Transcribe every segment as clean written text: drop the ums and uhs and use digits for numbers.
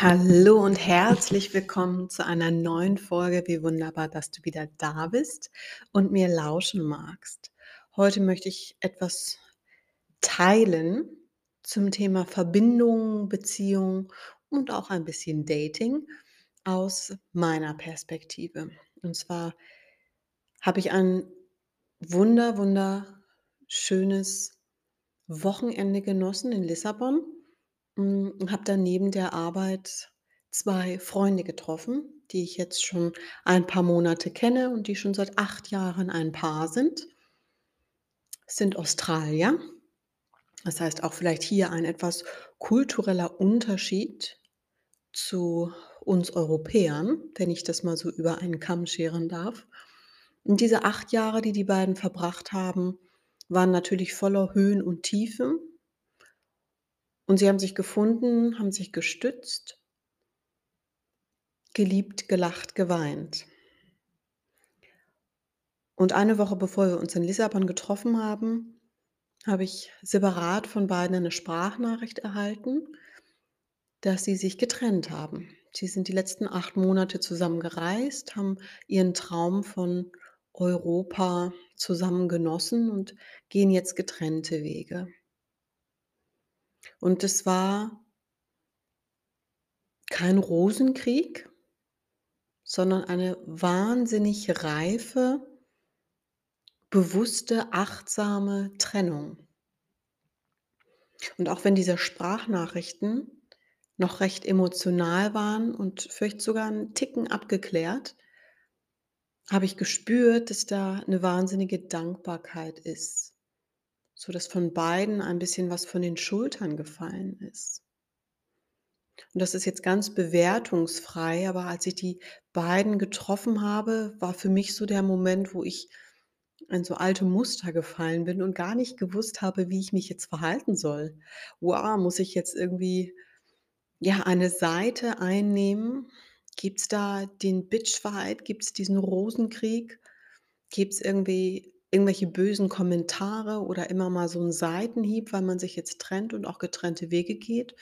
Hallo und herzlich willkommen zu einer neuen Folge. Wie wunderbar, dass du wieder da bist und mir lauschen magst. Heute möchte ich etwas teilen zum Thema Verbindung, Beziehung und auch ein bisschen Dating aus meiner Perspektive. Und zwar habe ich ein wunderschönes Wochenende genossen in Lissabon, und habe dann neben der Arbeit 2 Freunde getroffen, die ich jetzt schon ein paar Monate kenne und die schon seit 8 Jahren ein Paar sind. Es sind Australier. Das heißt auch vielleicht hier ein etwas kultureller Unterschied zu uns Europäern, wenn ich das mal so über einen Kamm scheren darf. Und diese 8 Jahre, die die beiden verbracht haben, waren natürlich voller Höhen und Tiefen. Und sie haben sich gefunden, haben sich gestützt, geliebt, gelacht, geweint. Und eine Woche bevor wir uns in Lissabon getroffen haben, habe ich separat von beiden eine Sprachnachricht erhalten, dass sie sich getrennt haben. Sie sind die letzten 8 Monate zusammen gereist, haben ihren Traum von Europa zusammen genossen und gehen jetzt getrennte Wege. Und es war kein Rosenkrieg, sondern eine wahnsinnig reife, bewusste, achtsame Trennung. Und auch wenn diese Sprachnachrichten noch recht emotional waren und vielleicht sogar 'n Ticken abgeklärt, habe ich gespürt, dass da 'ne wahnsinnige Dankbarkeit ist, sodass von beiden ein bisschen was von den Schultern gefallen ist. Und das ist jetzt ganz bewertungsfrei, aber als ich die beiden getroffen habe, war für mich so der Moment, wo ich in so alte Muster gefallen bin und gar nicht gewusst habe, wie ich mich jetzt verhalten soll. Wow, muss ich jetzt irgendwie, ja, eine Seite einnehmen? Gibt's da den Bitchfight? Gibt's diesen Rosenkrieg? Gibt's irgendwie irgendwelche bösen Kommentare oder immer mal so 'n Seitenhieb, weil man sich jetzt trennt und auch getrennte Wege geht?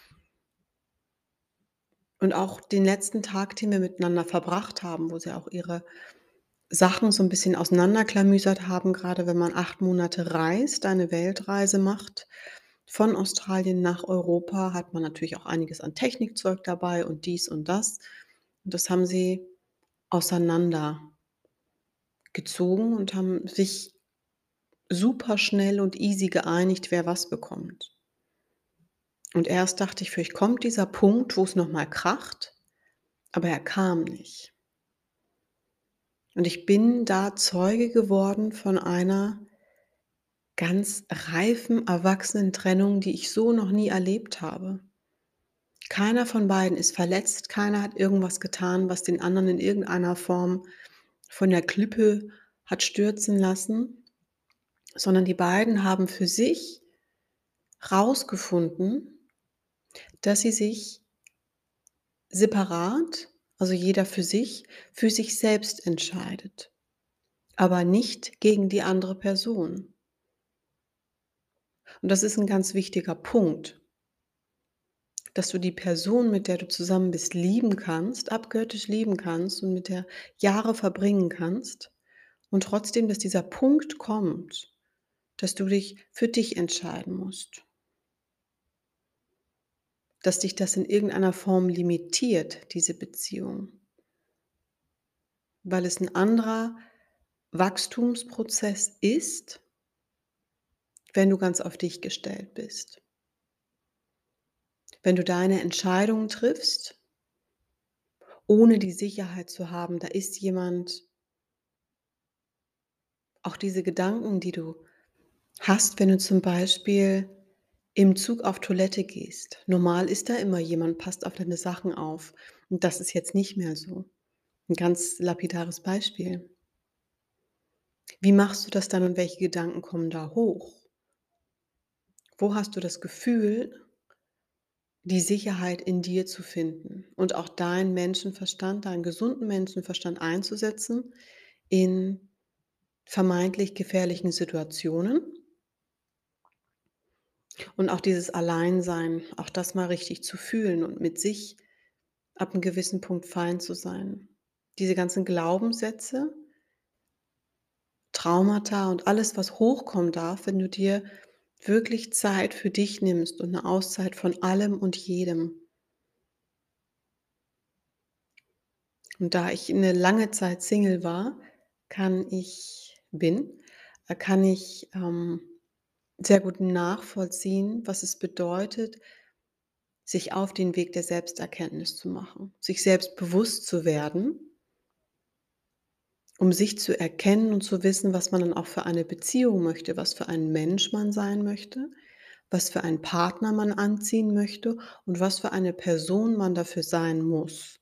Und auch den letzten Tag, den wir miteinander verbracht haben, wo sie auch ihre Sachen so 'n bisschen auseinanderklamüsert haben, grade wenn man 8 Monate reist, eine Weltreise macht. Von Australien nach Europa hat man natürlich auch einiges an Technikzeug dabei und dies und das. Und das haben sie auseinandergezogen und haben sich super schnell und easy geeinigt, wer was bekommt. Und erst dachte ich, vielleicht kommt dieser Punkt, wo's noch mal kracht, aber er kam nicht. Und ich bin da Zeuge geworden von einer ganz reifen, erwachsenen Trennung, die ich so noch nie erlebt habe. Keiner von beiden ist verletzt, keiner hat irgendwas getan, was den anderen in irgendeiner Form von der Klippe hat stürzen lassen, sondern die beiden haben für sich rausgefunden, dass sie sich separat, also jeder für sich selbst entscheidet, aber nicht gegen die andere Person. Und das ist 'n ganz wichtiger Punkt, dass du die Person, mit der du zusammen bist, lieben kannst, abgöttisch lieben kannst und mit der Jahre verbringen kannst und trotzdem, dass dieser Punkt kommt, dass du dich für dich entscheiden musst. Dass dich das in irgendeiner Form limitiert, diese Beziehung, weil es 'n anderer Wachstumsprozess ist, wenn du ganz auf dich gestellt bist. Wenn du deine Entscheidungen triffst, ohne die Sicherheit zu haben, da ist jemand. Auch diese Gedanken, die du hast, wenn du zum Beispiel im Zug auf Toilette gehst. Normal ist da immer jemand, passt auf deine Sachen auf. Und das ist jetzt nicht mehr so. 'N ganz lapidares Beispiel. Wie machst du das dann und welche Gedanken kommen da hoch? Wo hast du das Gefühl, die Sicherheit in dir zu finden und auch deinen Menschenverstand, deinen gesunden Menschenverstand einzusetzen in vermeintlich gefährlichen Situationen und auch dieses Alleinsein, auch das mal richtig zu fühlen und mit sich ab 'nem gewissen Punkt fein zu sein. Diese ganzen Glaubenssätze, Traumata und alles, was hochkommen darf, wenn du dir wirklich Zeit für dich nimmst und 'ne Auszeit von allem und jedem. Und da ich 'ne lange Zeit Single war, kann ich bin kann ich, sehr gut nachvollziehen, was es bedeutet, sich auf den Weg der Selbsterkenntnis zu machen, sich selbst bewusst zu werden, um sich zu erkennen und zu wissen, was man dann auch für eine Beziehung möchte, was für ein Mensch man sein möchte, was für einen Partner man anziehen möchte und was für eine Person man dafür sein muss.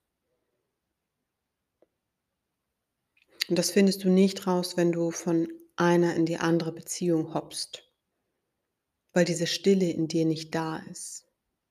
Und das findest du nicht raus, wenn du von einer in die andere Beziehung hoppst, weil diese Stille in dir nicht da ist.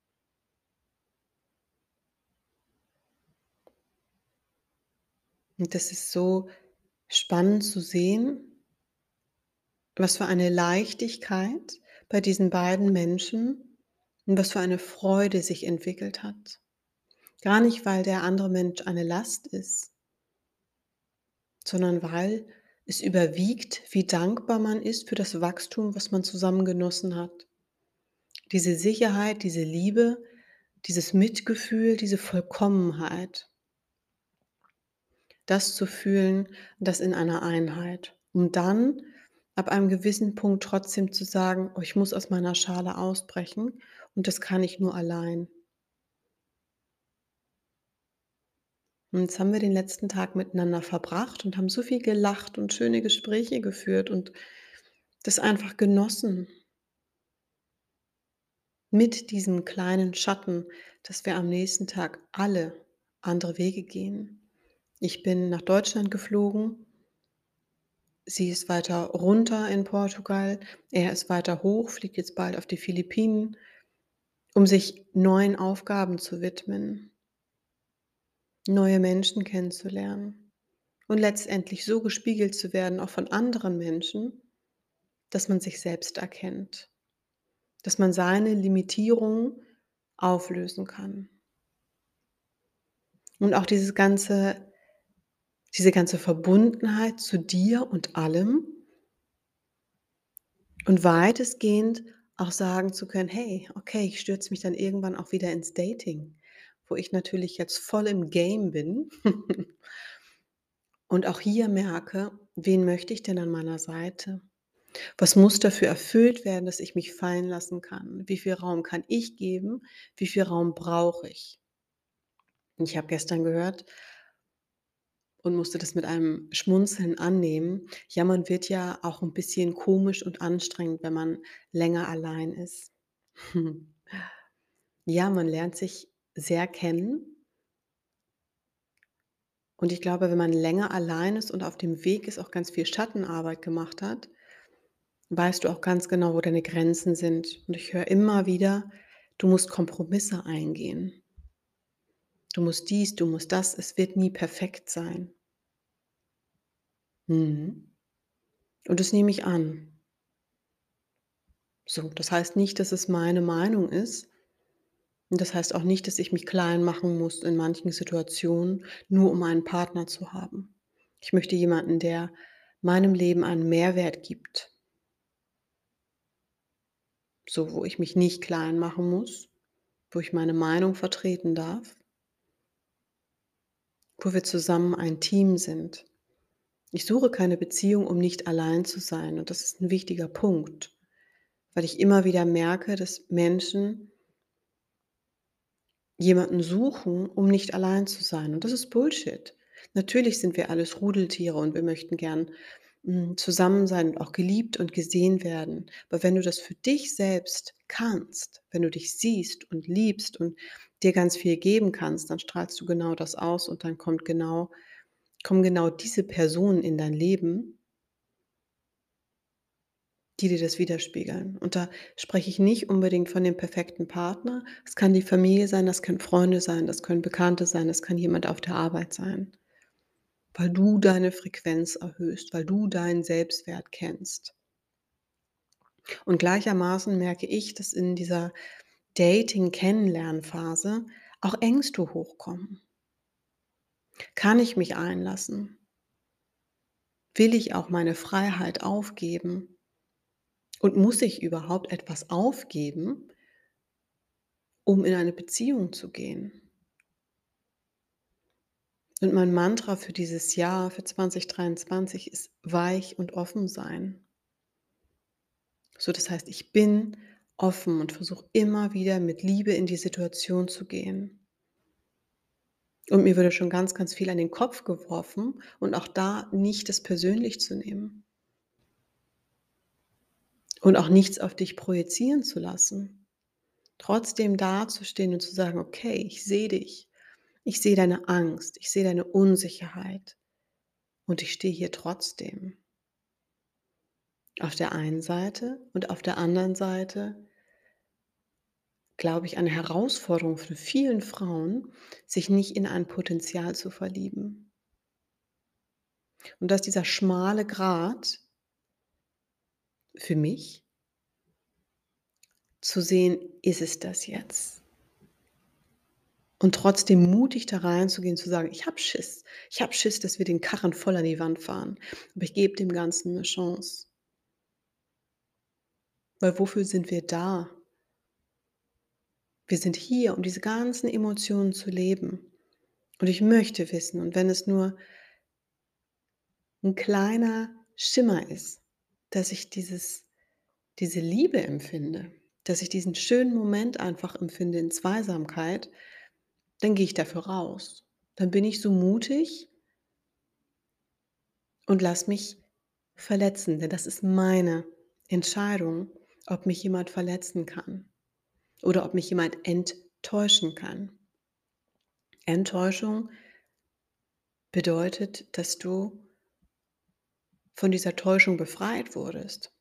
Und das ist so spannend zu sehen, was für eine Leichtigkeit bei diesen beiden Menschen und was für eine Freude sich entwickelt hat. Gar nicht, weil der andere Mensch eine Last ist, sondern weil es überwiegt, wie dankbar man ist für das Wachstum, was man zusammen genossen hat. Diese Sicherheit, diese Liebe, dieses Mitgefühl, diese Vollkommenheit, das zu fühlen, das in einer Einheit. Um dann ab einem gewissen Punkt trotzdem zu sagen: „Oh, ich muss aus meiner Schale ausbrechen und das kann ich nur allein.“ Und jetzt haben wir den letzten Tag miteinander verbracht und haben so viel gelacht und schöne Gespräche geführt und das einfach genossen mit diesem kleinen Schatten, dass wir am nächsten Tag alle andere Wege gehen. Ich bin nach Deutschland geflogen. Sie ist weiter runter in Portugal. Er ist weiter hoch, fliegt jetzt bald auf die Philippinen, um sich neuen Aufgaben zu widmen, neue Menschen kennenzulernen und letztendlich so gespiegelt zu werden, auch von anderen Menschen, dass man sich selbst erkennt, dass man seine Limitierungen auflösen kann. Und auch diese ganze Verbundenheit zu dir und allem und weitestgehend auch sagen zu können: „Hey, okay, ich stürze mich dann irgendwann auch wieder ins Dating“, wo ich natürlich jetzt voll im Game bin und auch hier merke: „Wen möchte ich denn an meiner Seite? Was muss dafür erfüllt werden, dass ich mich fallen lassen kann? Wie viel Raum kann ich geben? Wie viel Raum brauche ich?“ Und ich habe gestern gehört und musste das mit einem Schmunzeln annehmen. Ja, man wird ja auch ein bisschen komisch und anstrengend, wenn man länger allein ist. Ja, man lernt sich sehr kennen und ich glaube, wenn man länger allein ist und auf dem Weg ist, auch ganz viel Schattenarbeit gemacht hat, weißt du auch ganz genau, wo deine Grenzen sind. Und ich höre immer wieder: „Du musst Kompromisse eingehen. Du musst dies, du musst das. Es wird nie perfekt sein.“ Mhm. Und das nehme ich an. So, das heißt nicht, dass es meine Meinung ist. Und das heißt auch nicht, dass ich mich klein machen muss in manchen Situationen, nur um einen Partner zu haben. Ich möchte jemanden, der meinem Leben einen Mehrwert gibt, so wo ich mich nicht klein machen muss, wo ich meine Meinung vertreten darf, wo wir zusammen ein Team sind. Ich suche keine Beziehung, um nicht allein zu sein. Und das ist ein wichtiger Punkt, weil ich immer wieder merke, dass Menschen jemanden suchen, um nicht allein zu sein. Und das ist Bullshit. Natürlich sind wir alles Rudeltiere und wir möchten gern zusammen sein und auch geliebt und gesehen werden. Aber wenn du das für dich selbst kannst, wenn du dich siehst und liebst und dir ganz viel geben kannst, dann strahlst du genau das aus und dann kommen genau diese Personen in dein Leben, die dir das widerspiegeln. Und da spreche ich nicht unbedingt von dem perfekten Partner. Es kann die Familie sein, das können Freunde sein, das können Bekannte sein, das kann jemand auf der Arbeit sein, weil du deine Frequenz erhöhst, weil du deinen Selbstwert kennst. Und gleichermaßen merke ich, dass in dieser Dating-Kennenlernphase auch Ängste hochkommen. Kann ich mich einlassen? Will ich auch meine Freiheit aufgeben? Und muss ich überhaupt etwas aufgeben, um in eine Beziehung zu gehen? Und mein Mantra für dieses Jahr, für 2023 ist weich und offen sein. So, das heißt, ich bin offen und versuche immer wieder mit Liebe in die Situation zu gehen. Und mir wurde schon ganz, ganz viel an den Kopf geworfen und auch da nicht das persönlich zu nehmen und auch nichts auf dich projizieren zu lassen. Trotzdem dazustehen und zu sagen: „Okay, ich sehe dich. Ich sehe deine Angst, ich sehe deine Unsicherheit und ich stehe hier trotzdem.“ Auf der einen Seite und auf der anderen Seite glaube ich, eine Herausforderung für vielen Frauen, sich nicht in ein Potenzial zu verlieben. Und dass dieser schmale Grat für mich zu sehen, ist es das jetzt? Und trotzdem mutig da reinzugehen, zu sagen: „Ich habe Schiss. Ich habe Schiss, dass wir den Karren voll an die Wand fahren, aber ich gebe dem Ganzen eine Chance.“ Weil wofür sind wir da? Wir sind hier, um diese ganzen Emotionen zu leben. Und ich möchte wissen, und wenn es nur ein kleiner Schimmer ist, dass ich diese Liebe empfinde, dass ich diesen schönen Moment einfach empfinde in Zweisamkeit, dann gehe ich dafür raus. Dann bin ich so mutig und lass mich verletzen, denn das ist meine Entscheidung, ob mich jemand verletzen kann oder ob mich jemand enttäuschen kann. Enttäuschung bedeutet, dass du von dieser Täuschung befreit wurdest.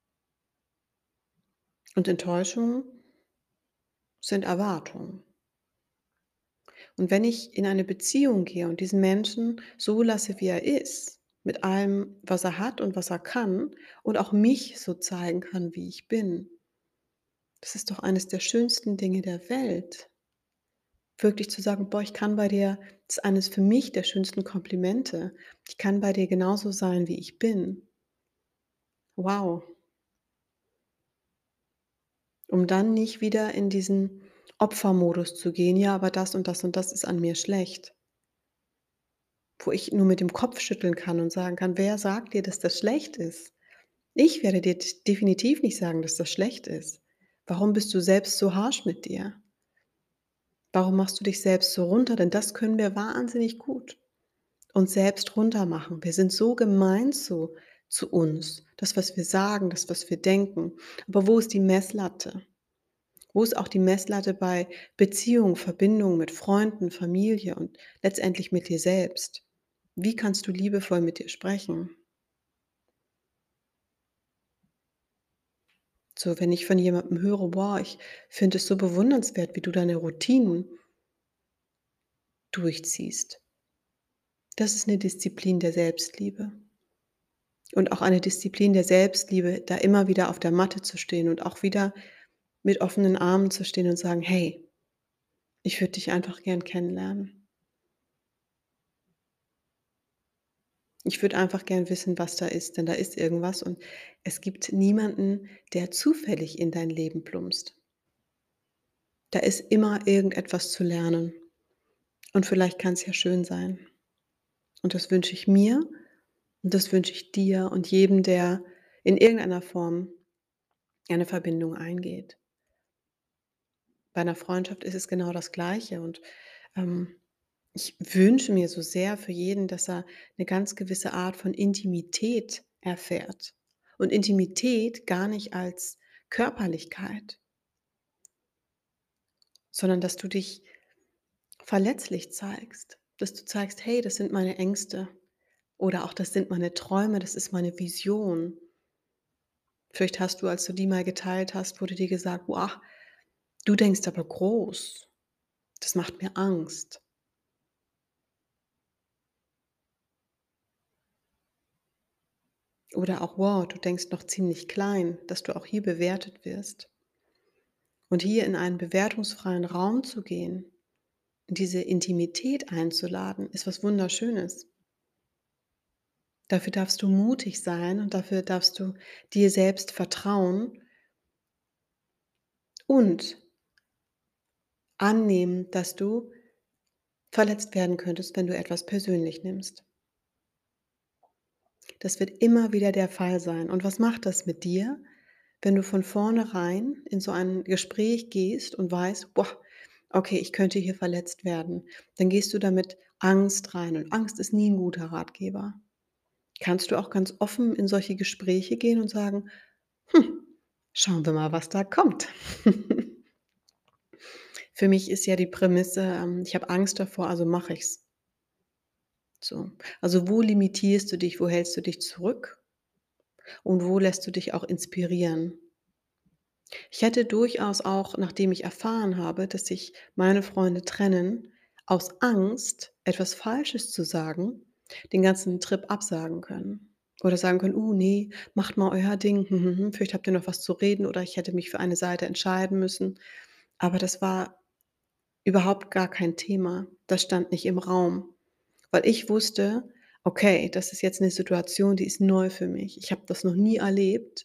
Und Enttäuschungen sind Erwartungen. Und wenn ich in eine Beziehung gehe und diesen Menschen so lasse, wie er ist, mit allem, was er hat und was er kann und auch mich so zeigen kann, wie ich bin, das ist doch eines der schönsten Dinge der Welt. Wirklich zu sagen: „Boah, ich kann bei dir“, das ist eines für mich der schönsten Komplimente. „Ich kann bei dir genauso sein, wie ich bin.“ Wow, um dann nicht wieder in diesen Opfermodus zu gehen: „Ja, aber das und das und das ist an mir schlecht.“ Wo ich nur mit dem Kopf schütteln kann und sagen kann: „Wer sagt dir, dass das schlecht ist?“ Ich werde dir definitiv nicht sagen, dass das schlecht ist. Warum bist du selbst so harsch mit dir? Warum machst du dich selbst so runter? Denn das können wir wahnsinnig gut, uns selbst runtermachen. Wir sind so gemein zu uns. Das, was wir sagen, das, was wir denken. Aber wo ist die Messlatte? Wo ist auch die Messlatte bei Beziehung, Verbindung mit Freunden, Familie und letztendlich mit dir selbst? Wie kannst du liebevoll mit dir sprechen? So, wenn ich von jemandem höre: „Boah, ich finde es so bewundernswert, wie du deine Routinen durchziehst.“ Das ist 'ne Disziplin der Selbstliebe und auch eine Disziplin der Selbstliebe, da immer wieder auf der Matte zu stehen und auch wieder mit offenen Armen zu stehen und sagen: „Hey, ich würde dich einfach gern kennenlernen. Ich würde einfach gern wissen, was da ist, denn da ist irgendwas und es gibt niemanden, der zufällig in dein Leben plumpst. Da ist immer irgendetwas zu lernen und vielleicht kann's ja schön sein.“ Und das wünsche ich mir und das wünsche ich dir und jedem, der in irgendeiner Form eine Verbindung eingeht. Bei einer Freundschaft ist es genau das Gleiche und, ähm, ich wünsche mir so sehr für jeden, dass er eine ganz gewisse Art von Intimität erfährt. Und Intimität gar nicht als Körperlichkeit, sondern dass du dich verletzlich zeigst, dass du zeigst: „Hey, das sind meine Ängste“ oder auch: „Das sind meine Träume, das ist meine Vision.“ Vielleicht hast du, als du die mal geteilt hast, wurde dir gesagt: „Boah, du denkst aber groß. Das macht mir Angst.“ Oder auch: „Wow, du denkst noch ziemlich klein“, dass du auch hier bewertet wirst. Und hier in einen bewertungsfreien Raum zu gehen, in diese Intimität einzuladen, ist was Wunderschönes. Dafür darfst du mutig sein und dafür darfst du dir selbst vertrauen und annehmen, dass du verletzt werden könntest, wenn du etwas persönlich nimmst. Das wird immer wieder der Fall sein. Und was macht das mit dir, wenn du von vornherein in so ein Gespräch gehst und weißt: „Boah, okay, ich könnte hier verletzt werden.“ Dann gehst du da mit Angst rein und Angst ist nie 'n guter Ratgeber. Kannst du auch ganz offen in solche Gespräche gehen und sagen: „Hm, schauen wir mal, was da kommt.“ Für mich ist ja die Prämisse, ich habe Angst davor, also mache ich's. So. Also, wo limitierst du dich, wo hältst du dich zurück und wo lässt du dich auch inspirieren? Ich hätte durchaus auch, nachdem ich erfahren habe, dass sich meine Freunde trennen, aus Angst, etwas Falsches zu sagen, den ganzen Trip absagen können. Oder sagen können: ne, macht mal euer Ding, vielleicht habt ihr noch was zu reden“ oder ich hätte mich für eine Seite entscheiden müssen. Aber das war überhaupt gar kein Thema. Das stand nicht im Raum, weil ich wusste: „Okay, das ist jetzt 'ne Situation, die ist neu für mich. Ich habe das noch nie erlebt,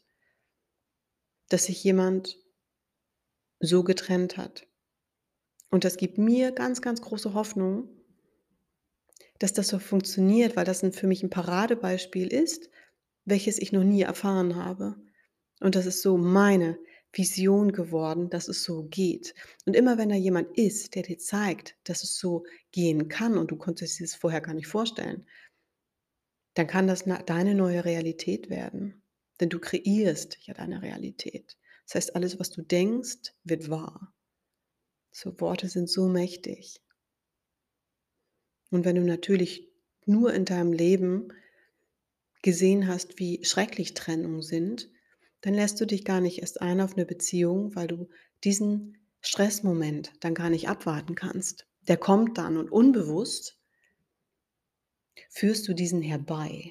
dass sich jemand so getrennt hat.“ Und das gibt mir ganz, ganz große Hoffnung, dass das so funktioniert, weil das 'n für mich 'n Paradebeispiel ist, welches ich noch nie erfahren habe. Und das ist so meine Vision geworden, dass es so geht. Und immer wenn da jemand ist, der dir zeigt, dass es so gehen kann und du konntest dir das vorher gar nicht vorstellen, dann kann das deine neue Realität werden. Denn du kreierst ja deine Realität. Das heißt, alles, was du denkst, wird wahr. So Worte sind so mächtig. Und wenn du natürlich nur in deinem Leben gesehen hast, wie schrecklich Trennungen sind, dann lässt du dich gar nicht erst ein auf 'ne Beziehung, weil du diesen Stressmoment dann gar nicht abwarten kannst. Der kommt dann und unbewusst führst du diesen herbei.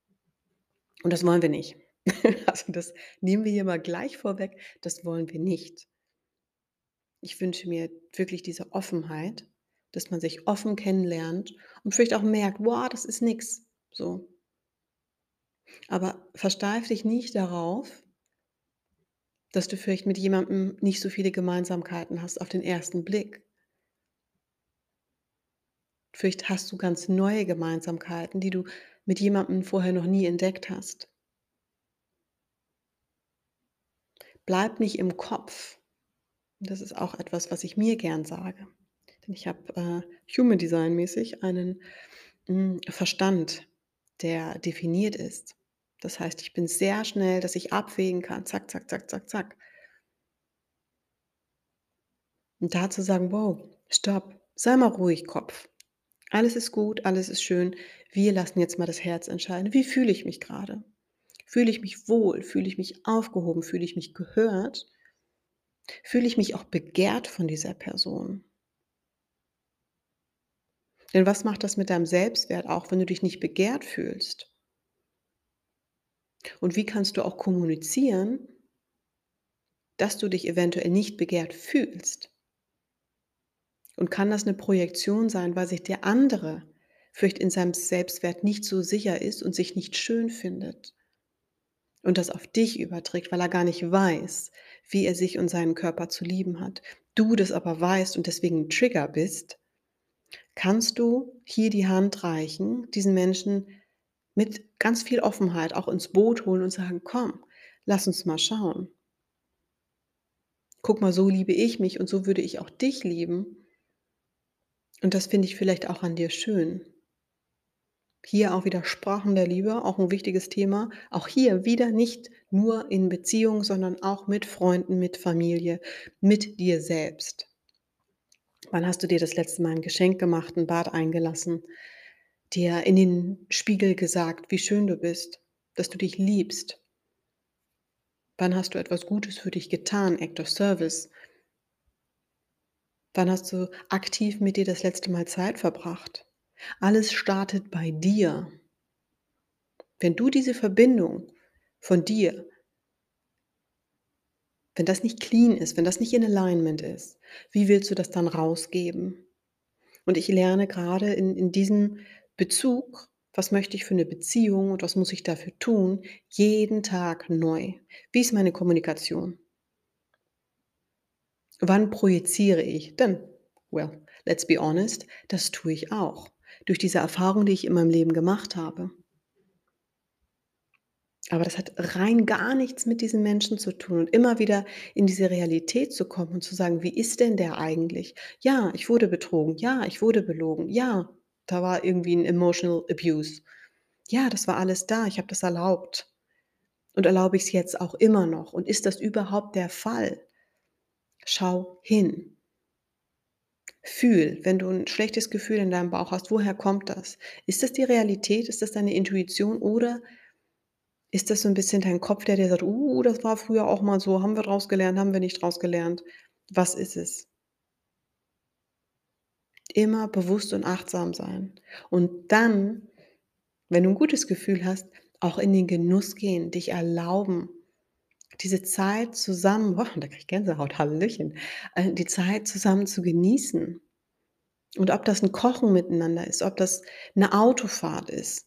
Und das wollen wir nicht. Also, das nehmen wir hier mal gleich vorweg, das wollen wir nicht. Ich wünsche mir wirklich diese Offenheit, dass man sich offen kennenlernt und vielleicht auch merkt: „Boah, das ist nix“, so. Aber versteif dich nicht darauf, dass du vielleicht mit jemandem nicht so viele Gemeinsamkeiten hast auf den ersten Blick. Vielleicht hast du ganz neue Gemeinsamkeiten, die du mit jemandem vorher noch nie entdeckt hast. Bleib nicht im Kopf. Das ist auch etwas, was ich mir gern sage. Denn ich habe, Human Design mäßig einen, Verstand, der definiert ist. Das heißt, ich bin sehr schnell, dass ich abwägen kann, zack, zack, zack, zack, zack. Und da zu sagen: „Wow, stopp, sei mal ruhig, Kopf. Alles ist gut, alles ist schön. Wir lassen jetzt mal das Herz entscheiden. Wie fühle ich mich gerade? Fühle ich mich wohl? Fühle ich mich aufgehoben? Fühle ich mich gehört? Fühle ich mich auch begehrt von dieser Person?“ Denn was macht das mit deinem Selbstwert auch, wenn du dich nicht begehrt fühlst? Und wie kannst du auch kommunizieren, dass du dich eventuell nicht begehrt fühlst? Und kann das eine Projektion sein, weil sich der andere vielleicht in seinem Selbstwert nicht so sicher ist und sich nicht schön findet und das auf dich überträgt, weil er gar nicht weiß, wie er sich und seinen Körper zu lieben hat. Du das aber weißt und deswegen 'n Trigger bist, kannst du hier die Hand reichen, diesen Menschen mit ganz viel Offenheit auch ins Boot holen und sagen: „Komm, lass uns mal schauen. Guck mal, so liebe ich mich und so würde ich auch dich lieben und das finde ich vielleicht auch an dir schön.“ Hier auch wieder Sprachen der Liebe, auch 'n wichtiges Thema. Auch hier wieder nicht nur in Beziehung, sondern auch mit Freunden, mit Familie, mit dir selbst. Wann hast du dir das letzte Mal 'n Geschenk gemacht, 'n Bad eingelassen, dir in den Spiegel gesagt, wie schön du bist, dass du dich liebst? Wann hast du etwas Gutes für dich getan, Act of Service? Wann hast du aktiv mit dir das letzte Mal Zeit verbracht? Alles startet bei dir. Wenn du diese Verbindung von dir wenn das nicht clean ist, wenn das nicht in Alignment ist, wie willst du das dann rausgeben? Und ich lerne gerade in diesem Bezug, was möchte ich für eine Beziehung und was muss ich dafür tun, jeden Tag neu. Wie ist meine Kommunikation? Wann projiziere ich? Denn, well, let's be honest, das tue ich auch. Durch diese Erfahrung, die ich in meinem Leben gemacht habe. Aber das hat rein gar nichts mit diesen Menschen zu tun und immer wieder in diese Realität zu kommen und zu sagen: „Wie ist denn der eigentlich? Ja, ich wurde betrogen. Ja, ich wurde belogen. Ja, da war irgendwie 'n emotional abuse. Ja, das war alles da. Ich habe das erlaubt und erlaube ich's jetzt auch immer noch? Und ist das überhaupt der Fall?“ Schau hin. Fühl, wenn du 'n schlechtes Gefühl in deinem Bauch hast, woher kommt das? Ist das die Realität? Ist das deine Intuition oder ist das so 'n bisschen dein Kopf, der dir sagt: das war früher auch mal so. Haben wir draus gelernt, haben wir nicht draus gelernt?“ Was ist es? Immer bewusst und achtsam sein. Und dann, wenn du 'n gutes Gefühl hast, auch in den Genuss gehen, dich erlauben, diese Zeit zusammen da kriege ich Gänsehaut, Hallöchen, die Zeit zusammen zu genießen. Und ob das 'n Kochen miteinander ist, ob das 'ne Autofahrt ist,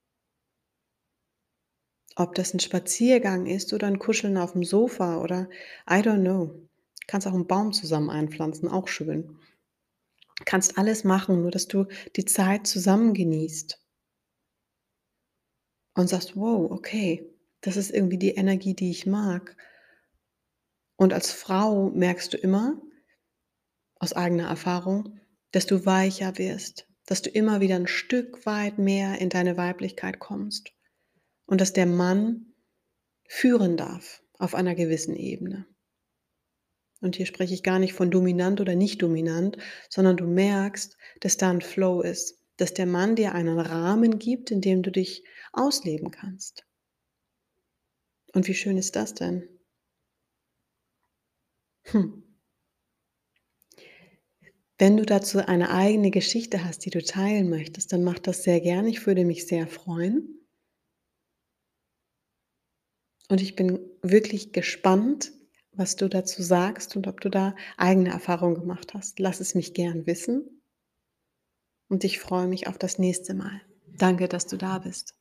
ob das 'n Spaziergang ist oder 'n Kuscheln aufm Sofa oder I don't know. Kannst auch 'n Baum zusammen einpflanzen, auch schön. Kannst alles machen, nur dass du die Zeit zusammen genießt und sagst: „Wow, okay, das ist irgendwie die Energie, die ich mag.“ Und als Frau merkst du immer aus eigener Erfahrung, dass du weicher wirst, dass du immer wieder 'n Stück weit mehr in deine Weiblichkeit kommst und dass der Mann führen darf auf einer gewissen Ebene. Und hier spreche ich gar nicht von dominant oder nicht dominant, sondern du merkst, dass da 'n Flow ist, dass der Mann dir einen Rahmen gibt, in dem du dich ausleben kannst. Und wie schön ist das denn? Hm. Wenn du dazu eine eigene Geschichte hast, die du teilen möchtest, dann mach das sehr gerne. Ich würde mich sehr freuen. Und ich bin wirklich gespannt, was du dazu sagst und ob du da eigene Erfahrungen gemacht hast. Lass es mich gern wissen und ich freue mich auf das nächste Mal. Danke, dass du da bist.